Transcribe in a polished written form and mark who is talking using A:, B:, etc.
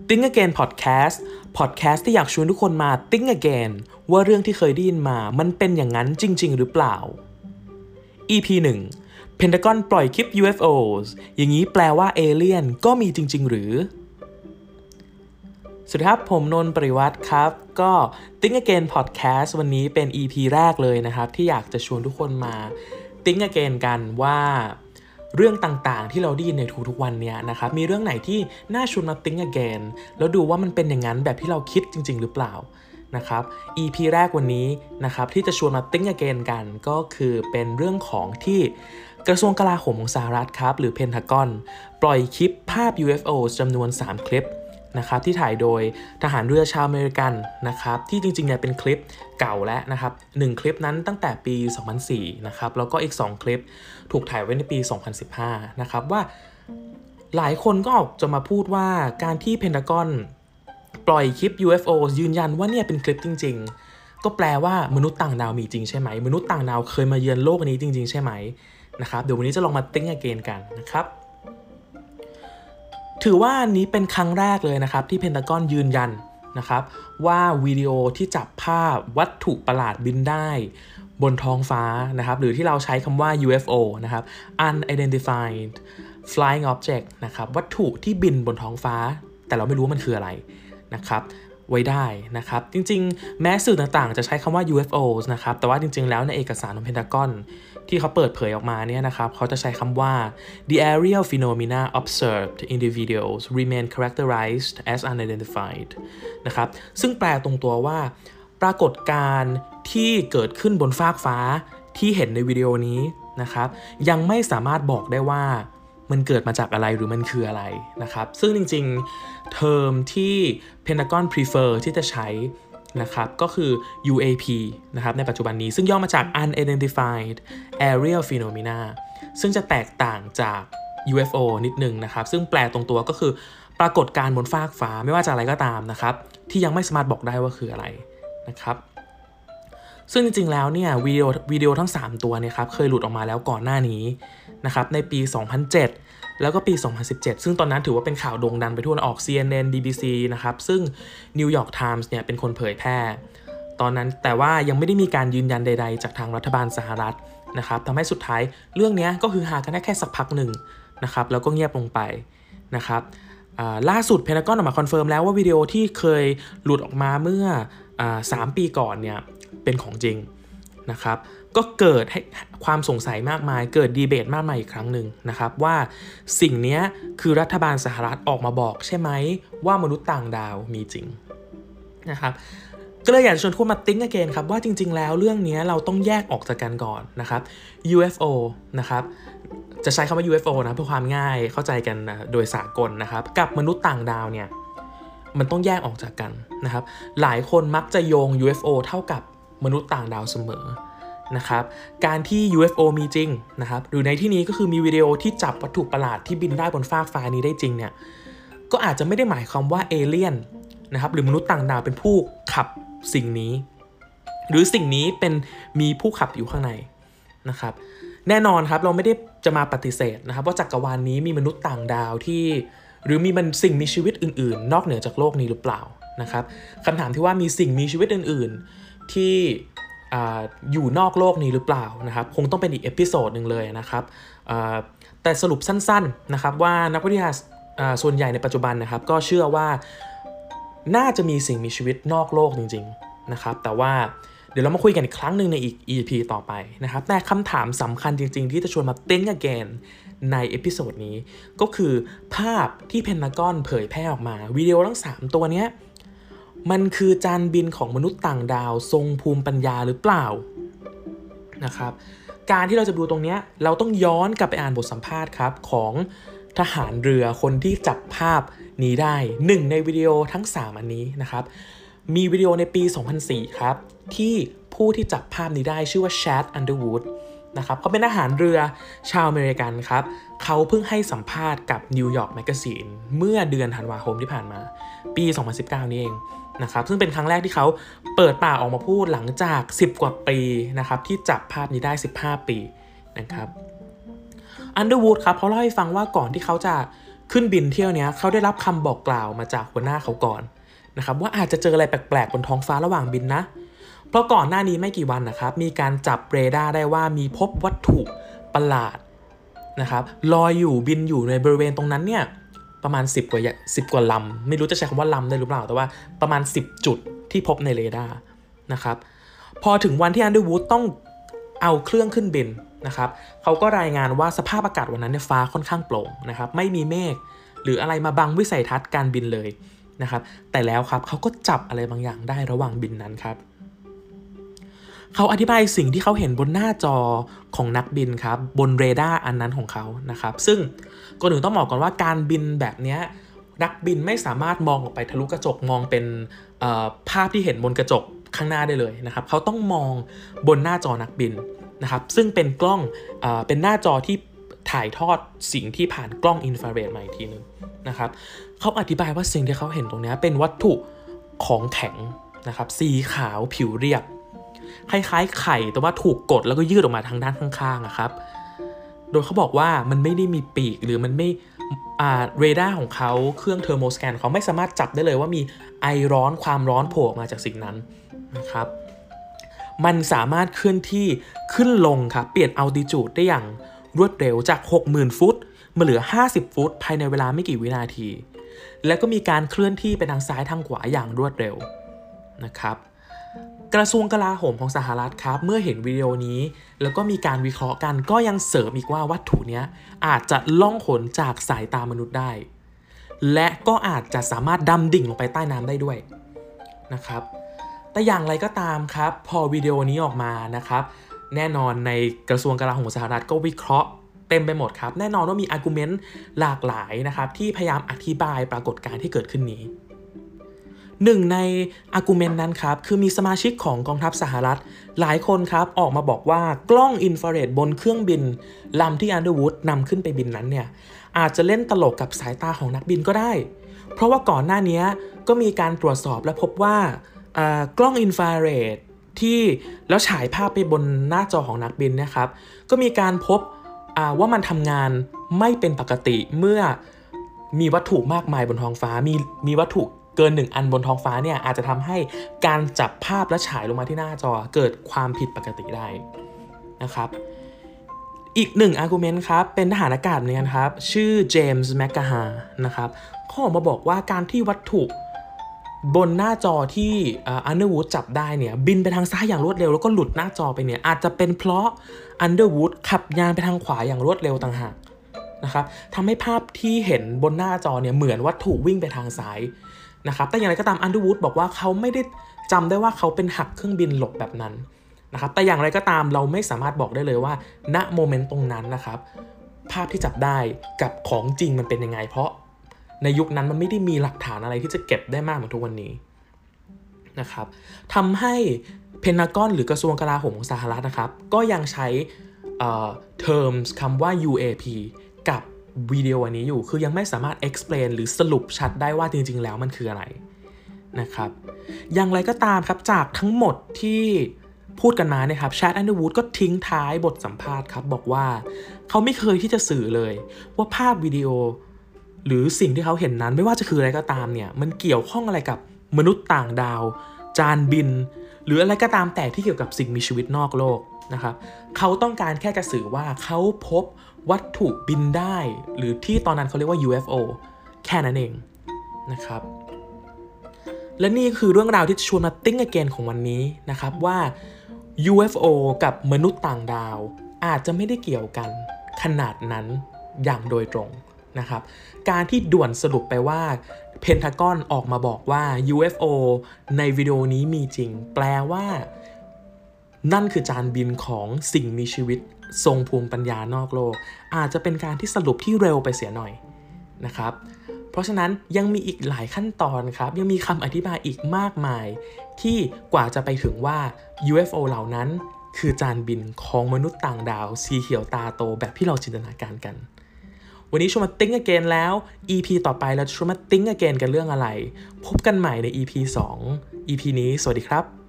A: Think Again Podcast ที่อยากชวนทุกคนมา Think Again ว่าเรื่องที่เคยได้ยินมามันเป็นอย่างนั้นจริงๆหรือเปล่า EP 1 Pentagon ปล่อยคลิป UFOs อย่างนี้แปลว่าเอเลี่ยนก็มีจริงๆหรือสวัสดีครับผมนนท์ ปริวัติครับก็ Think Again Podcast วันนี้เป็น EP แรกเลยนะครับที่อยากจะชวนทุกคนมา Think Again กันว่าเรื่องต่างๆที่เราได้ยินในทุกๆวันเนี้ยนะครับมีเรื่องไหนที่น่าชวนมา Think Again แล้วดูว่ามันเป็นอย่างนั้นแบบที่เราคิดจริงๆหรือเปล่านะครับ EP แรกวันนี้นะครับที่จะชวนมา Think Again กันก็คือเป็นเรื่องของที่กระทรวงกลาโหมของสหรัฐครับหรือเพนทากอนปล่อยคลิปภาพ UFO จำนวน3คลิปนะครับที่ถ่ายโดยทหารเรือชาวอเมริกันนะครับที่จริงๆเนี่ยเป็นคลิปเก่าแล้วนะครับ1คลิปนั้นตั้งแต่ปี 2004 นะครับแล้วก็อีก2คลิปถูกถ่ายไว้ในปี 2015 นะครับว่าหลายคนก็ออกจะมาพูดว่าการที่เพนทากอนปล่อยคลิป UFO ยืนยันว่าเนี่ยเป็นคลิปจริงๆก็แปลว่ามนุษย์ต่างดาวมีจริงใช่ไหมมนุษย์ต่างดาวเคยมาเยือนโลกนี้จริงๆใช่ไหมนะครับเดี๋ยววันนี้จะลองมา Think Again กันนะครับถือว่านี้เป็นครั้งแรกเลยนะครับที่เพนทากอนยืนยันนะครับว่าวิดีโอที่จับภาพวัตถุประหลาดบินได้บนท้องฟ้านะครับหรือที่เราใช้คำว่า UFO นะครับ Unidentified Flying Object นะครับวัตถุที่บินบนท้องฟ้าแต่เราไม่รู้ว่ามันคืออะไรนะครับไว้ได้นะครับจริงๆแม้สื่อต่างๆจะใช้คำว่า UFOs นะครับแต่ว่าจริงๆแล้วในเอกสารของเพนทากอนที่เขาเปิดเผยออกมาเนี่ยนะครับเขาจะใช้คำว่า the aerial phenomena observed in the videos remain characterized as unidentified นะครับซึ่งแปลตรงตัวว่าปรากฏการณ์ที่เกิดขึ้นบนฟากฟ้าที่เห็นในวิดีโอนี้นะครับยังไม่สามารถบอกได้ว่ามันเกิดมาจากอะไรหรือมันคืออะไรนะครับซึ่งจริงๆเทอมที่ Pentagon prefer ที่จะใช้นะครับก็คือ UAP นะครับในปัจจุบันนี้ซึ่งย่อมาจาก Unidentified Aerial Phenomena ซึ่งจะแตกต่างจาก UFO นิดนึงนะครับซึ่งแปลตรงตัวก็คือปรากฏการณ์บนฟากฟ้าไม่ว่าจะอะไรก็ตามนะครับที่ยังไม่สามารถบอกได้ว่าคืออะไรนะครับซึ่งจริงๆแล้วเนี่ยวิดีโอทั้ง3ตัวเนี่ยครับเคยหลุดออกมาแล้วก่อนหน้านี้นะครับในปี 2007 แล้วก็ปี 2017 ซึ่งตอนนั้นถือว่าเป็นข่าวโด่งดังไปทั่วออก CNN BBC นะครับซึ่ง New York Times เนี่ยเป็นคนเผยแพร่ตอนนั้นแต่ว่ายังไม่ได้มีการยืนยันใดๆจากทางรัฐบาลสหรัฐนะครับทำให้สุดท้ายเรื่องนี้ก็คือหากันได้แค่สักพักหนึ่งนะครับแล้วก็เงียบลงไปนะครับล่าสุดเพนทากอนออกมาคอนเฟิร์มแล้วว่าวิดีโอที่เคยหลุดออกมาเมื่อ3 ปีก่อนเนี่ยเป็นของจริงนะครับก็เกิดให้ความสงสัยมากมายเกิดดีเบตมากมายอีกครั้งหนึ่งนะครับว่าสิ่งนี้คือรัฐบาลสหรัฐออกมาบอกใช่ไหมว่ามนุษย์ต่างดาวมีจริงนะครับก็เลยอยากชวนคุณมา Think Again ครับว่าจริงๆแล้วเรื่องนี้เราต้องแยกออกจากกันก่อนนะครับ UFO นะครับจะใช้คำว่า UFO นะเพื่อความง่ายเข้าใจกันนะโดยสากลนะครับกับมนุษย์ต่างดาวเนี่ยมันต้องแยกออกจากกันนะครับหลายคนมักจะโยง UFO เท่ากับมนุษย์ต่างดาวเสมอนะครับการที่ UFO มีจริงนะครับหรือในที่นี้ก็คือมีวิดีโอที่จับวัตถุประหลาดที่บินได้บนฟากฟ้านี้ได้จริงเนี่ยก็อาจจะไม่ได้หมายความว่าเอเลี่ยนนะครับหรือมนุษย์ต่างดาวเป็นผู้ขับสิ่งนี้หรือสิ่งนี้เป็นมีผู้ขับอยู่ข้างในนะครับแน่นอนครับเราไม่ได้จะมาปฏิเสธนะครับว่าจักรวาลนี้มีมนุษย์ต่างดาวที่หรือมีสิ่งมีชีวิตอื่นๆนอกเหนือจากโลกนี้หรือเปล่านะครับคำถามที่ว่ามีสิ่งมีชีวิตอื่นๆที่อยู่นอกโลกนี้หรือเปล่านะครับคงต้องเป็นอีกเอพิโซดหนึ่งเลยนะครับแต่สรุปสั้นๆนะครับว่านักวิทยาส่วนใหญ่ในปัจจุบันนะครับก็เชื่อว่าน่าจะมีสิ่งมีชีวิตนอกโลกจริงๆนะครับแต่ว่าเดี๋ยวเรามาคุยกันอีกครั้งหนึ่งในอีก EP ต่อไปนะครับแต่คำถามสำคัญจริงๆที่จะชวนมา Think Again ในเอพิโซดนี้ก็คือภาพที่เพนทากอนเผยแพร่ออกมาวิดีโอทั้ง3ตัวเนี้ยมันคือจานบินของมนุษย์ต่างดาวทรงภูมิปัญญาหรือเปล่านะครับการที่เราจะดูตรงนี้เราต้องย้อนกลับไปอ่านบทสัมภาษณ์ครับของทหารเรือคนที่จับภาพนี้ได้1ในวิดีโอทั้ง3อันนี้นะครับมีวิดีโอในปี 2004 ครับที่ผู้ที่จับภาพนี้ได้ชื่อว่า Chad Underwood นะครับเขาเป็นทหารเรือชาวอเมริกันครับเขาเพิ่งให้สัมภาษณ์กับ New York Magazine เมื่อเดือนธันวาคมที่ผ่านมาปี 2019 นี่เองนะครับซึ่งเป็นครั้งแรกที่เขาเปิดปากออกมาพูดหลังจาก10 กว่าปีนะครับที่จับภาพนี้ได้15 ปีนะครับ Underwood ครับเขาเล่าให้ฟังว่าก่อนที่เขาจะขึ้นบินเที่ยวนี้เขาได้รับคำบอกกล่าวมาจากหัวหน้าเขาก่อนนะครับว่าอาจจะเจออะไรแปลกๆบนท้องฟ้าระหว่างบินนะเพราะก่อนหน้านี้ไม่กี่วันนะครับมีการจับเรดาร์ได้ว่ามีพบวัตถุประหลาดนะครับลอยอยู่บินอยู่ในบริเวณตรงนั้นเนี่ยประมาณ10 กว่าลำไม่รู้จะใช้คำว่าลำได้หรือเปล่าแต่ว่าประมาณ10 จุดที่พบในเรดาร์นะครับพอถึงวันที่อันเดอร์วูดต้องเอาเครื่องขึ้นบินนะครับเขาก็รายงานว่าสภาพอากาศวันนั้นเนี่ยฟ้าค่อนข้างโปร่งนะครับไม่มีเมฆหรืออะไรมาบังวิสัยทัศน์การบินเลยนะครับแต่แล้วครับเขาก็จับอะไรบางอย่างได้ระหว่างบินนั้นครับเขาอธิบายสิ่งที่เขาเห็นบนหน้าจอของนักบินครับบนเรดาร์อันนั้นของเขานะครับซึ่งก่อนอื่นต้องบอกก่อนว่าการบินแบบนี้นักบินไม่สามารถมองออกไปทะลุกระจกมองเป็นภาพที่เห็นบนกระจกข้างหน้าได้เลยนะครับเขาต้องมองบนหน้าจอนักบินนะครับซึ่งเป็นกล้องเป็นหน้าจอที่ถ่ายทอดสิ่งที่ผ่านกล้องอินฟราเรดมาอีกทีนึงนะครับเขาอธิบายว่าสิ่งที่เขาเห็นตรงนี้เป็นวัตถุของแข็งนะครับสีขาวผิวเรียบคล้ายๆไข่แต่ว่าถูกกดแล้วก็ยืดออกมาทางด้านข้างๆครับโดยเขาบอกว่ามันไม่ได้มีปีกหรือมันไม่เรดาร์ของเขาเครื่องเทอร์โมสแกนเขาไม่สามารถจับได้เลยว่ามีไอร้อนความร้อนโผล่มาจากสิ่งนั้นนะครับมันสามารถเคลื่อนที่ขึ้นลงครับเปลี่ยนอัลติจูดได้อย่างรวดเร็วจาก 60,000 ฟุตมาเหลือ50 ฟุตภายในเวลาไม่กี่วินาทีแล้วก็มีการเคลื่อนที่ไปทางซ้ายทางขวาอย่างรวดเร็วนะครับกระทรวงกลาโหมของสหรัฐครับเมื่อเห็นวิดีโอนี้แล้วก็มีการวิเคราะห์กันก็ยังเสริมอีกว่าวัตถุนี้อาจจะล่องหนจากสายตามนุษย์ได้และก็อาจจะสามารถดำดิ่งลงไปใต้น้ำได้ด้วยนะครับแต่อย่างไรก็ตามครับพอวิดีโอนี้ออกมานะครับแน่นอนในกระทรวงกลาโหมสหรัฐก็วิเคราะห์เต็มไปหมดครับแน่นอนว่ามีอาร์กิวเมนต์หลากหลายนะครับที่พยายามอธิบายปรากฏการณ์ที่เกิดขึ้นนี้หนึ่งในอาร์กิวเมนต์นั้นครับคือมีสมาชิกของกองทัพสหรัฐหลายคนครับออกมาบอกว่ากล้องอินฟราเรดบนเครื่องบินลำที่อันเดอร์วูดนำขึ้นไปบินนั้นเนี่ยอาจจะเล่นตลกกับสายตาของนักบินก็ได้เพราะว่าก่อนหน้านี้ก็มีการตรวจสอบและพบว่ากล้องอินฟราเรดที่แล้วฉายภาพไปบนหน้าจอของนักบินนะครับก็มีการพบว่ามันทำงานไม่เป็นปกติเมื่อมีวัตถุมากมายบนท้องฟ้ามีวัตถุเกิน1 อันบนท้องฟ้าเนี่ยอาจจะทำให้การจับภาพและฉายลงมาที่หน้าจอเกิดความผิดปกติได้นะครับอีกหนึ่งอาร์กิวเมนต์ครับเป็นทหารอากาศเหมือนกันครับชื่อเจมส์แมคกาฮานะครับเขาออกมาบอกว่าการที่วัตถุบนหน้าจอที่อันเดอร์วูดจับได้เนี่ยบินไปทางซ้ายอย่างรวดเร็วแล้วก็หลุดหน้าจอไปเนี่ยอาจจะเป็นเพราะอันเดอร์วูดขับยานไปทางขวาอย่างรวดเร็วต่างหากนะครับทำให้ภาพที่เห็นบนหน้าจอเนี่ยเหมือนวัตถุวิ่งไปทางซ้ายนะครับแต่อย่างไรก็ตามอันเดอร์วูดบอกว่าเขาไม่ได้จำได้ว่าเขาเป็นหักเครื่องบินหลบแบบนั้นนะครับแต่อย่างไรก็ตามเราไม่สามารถบอกได้เลยว่าณโมเมนต์ตรงนั้นนะครับภาพที่จับได้กับของจริงมันเป็นยังไงเพราะในยุคนั้นมันไม่ได้มีหลักฐานอะไรที่จะเก็บได้มากเหมือนทุกวันนี้นะครับทำให้เพนทากอนหรือกระทรวงกลาโหมของสหรัฐนะครับก็ยังใช้terms คำว่า UAP กับวิดีโออันนี้อยู่คือยังไม่สามารถ explain หรือสรุปชัดได้ว่าจริงๆแล้วมันคืออะไรนะครับอย่างไรก็ตามครับจากทั้งหมดที่พูดกันมาเนี่ยครับแชด อันเดอร์วูดก็ทิ้งท้ายบทสัมภาษณ์ครับบอกว่าเขาไม่เคยที่จะสื่อเลยว่าภาพวิดีโอหรือสิ่งที่เขาเห็นนั้นไม่ว่าจะคืออะไรก็ตามเนี่ยมันเกี่ยวข้องอะไรกับมนุษย์ต่างดาวจานบินหรืออะไรก็ตามแต่ที่เกี่ยวกับสิ่งมีชีวิตนอกโลกนะครับเขาต้องการแค่จะสื่อว่าเขาพบวัตถุบินได้หรือที่ตอนนั้นเขาเรียกว่า UFO แค่นั้นเองนะครับและนี่คือเรื่องราวที่ชวนมาthink againของวันนี้นะครับว่า UFO กับมนุษย์ต่างดาวอาจจะไม่ได้เกี่ยวกันขนาดนั้นอย่างโดยตรงนะครับการที่ด่วนสรุปไปว่าเพนทากอนออกมาบอกว่า UFO ในวิดีโอนี้มีจริงแปลว่านั่นคือจานบินของสิ่งมีชีวิตทรงภูมิปัญญานอกโลกอาจจะเป็นการที่สรุปที่เร็วไปเสียหน่อยนะครับเพราะฉะนั้นยังมีอีกหลายขั้นตอนครับยังมีคำอธิบายอีกมากมายที่กว่าจะไปถึงว่า UFO เหล่านั้นคือจานบินของมนุษย์ต่างดาวสีเขียวตาโตแบบที่เราจินตนาการกันวันนี้ชวนมาthink again แล้ว EP ต่อไปเราชวนมาthink again กันเรื่องอะไรพบกันใหม่ใน EP 2 EP นี้สวัสดีครับ